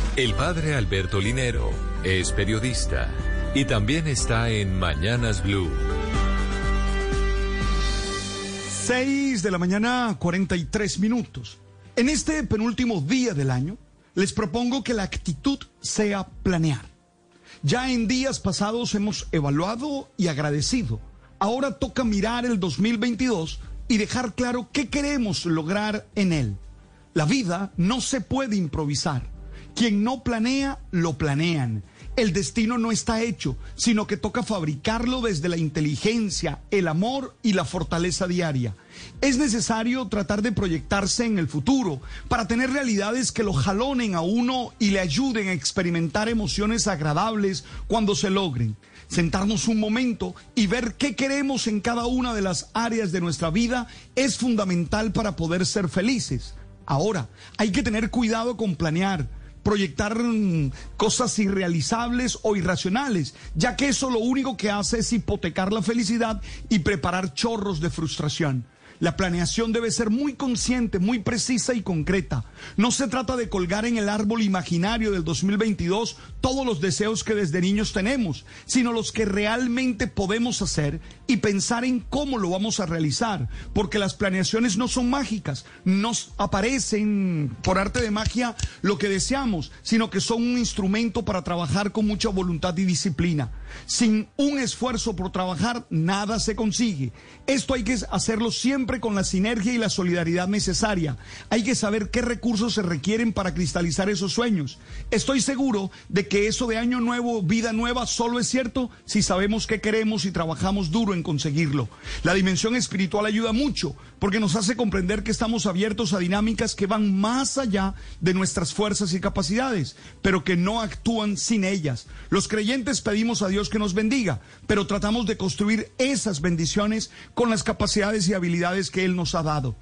El padre Alberto Linero es periodista y también está en Mañanas Blue. 6 de la mañana, 43 minutos. En este penúltimo día del año, les propongo que la actitud sea planear. Ya en días pasados hemos evaluado y agradecido. Ahora toca mirar el 2022 y dejar claro qué queremos lograr en él. La vida no se puede improvisar. Quien no planea, lo planean. El destino no está hecho, sino que toca fabricarlo desde la inteligencia, el amor y la fortaleza diaria. Es necesario tratar de proyectarse en el futuro para tener realidades que lo jalonen a uno y le ayuden a experimentar emociones agradables cuando se logren. Sentarnos un momento y ver qué queremos en cada una de las áreas de nuestra vida es fundamental para poder ser felices. Ahora, hay que tener cuidado con planear, proyectar cosas irrealizables o irracionales, ya que eso lo único que hace es hipotecar la felicidad y preparar chorros de frustración. La planeación debe ser muy consciente, muy precisa y concreta. No se trata de colgar en el árbol imaginario del 2022 todos los deseos que desde niños tenemos, sino los que realmente podemos hacer y pensar en cómo lo vamos a realizar, porque las planeaciones no son mágicas, no aparecen por arte de magia lo que deseamos, sino que son un instrumento para trabajar con mucha voluntad y disciplina. Sin un esfuerzo por trabajar, nada se consigue. Esto hay que hacerlo siempre con la sinergia y la solidaridad necesaria. Hay que saber qué recursos se requieren para cristalizar esos sueños. Estoy seguro de que eso de año nuevo, vida nueva, solo es cierto si sabemos qué queremos y trabajamos duro en conseguirlo. La dimensión espiritual ayuda mucho porque nos hace comprender que estamos abiertos a dinámicas que van más allá de nuestras fuerzas y capacidades, pero que no actúan sin ellas. Los creyentes pedimos a Dios que nos bendiga, pero tratamos de construir esas bendiciones con las capacidades y habilidades que Él nos ha dado.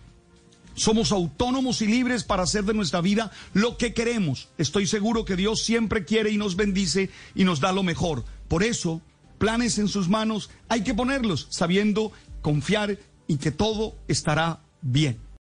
Somos autónomos y libres para hacer de nuestra vida lo que queremos. Estoy seguro que Dios siempre quiere y nos bendice y nos da lo mejor. Por eso, planes en sus manos hay que ponerlos, sabiendo confiar y que todo estará bien.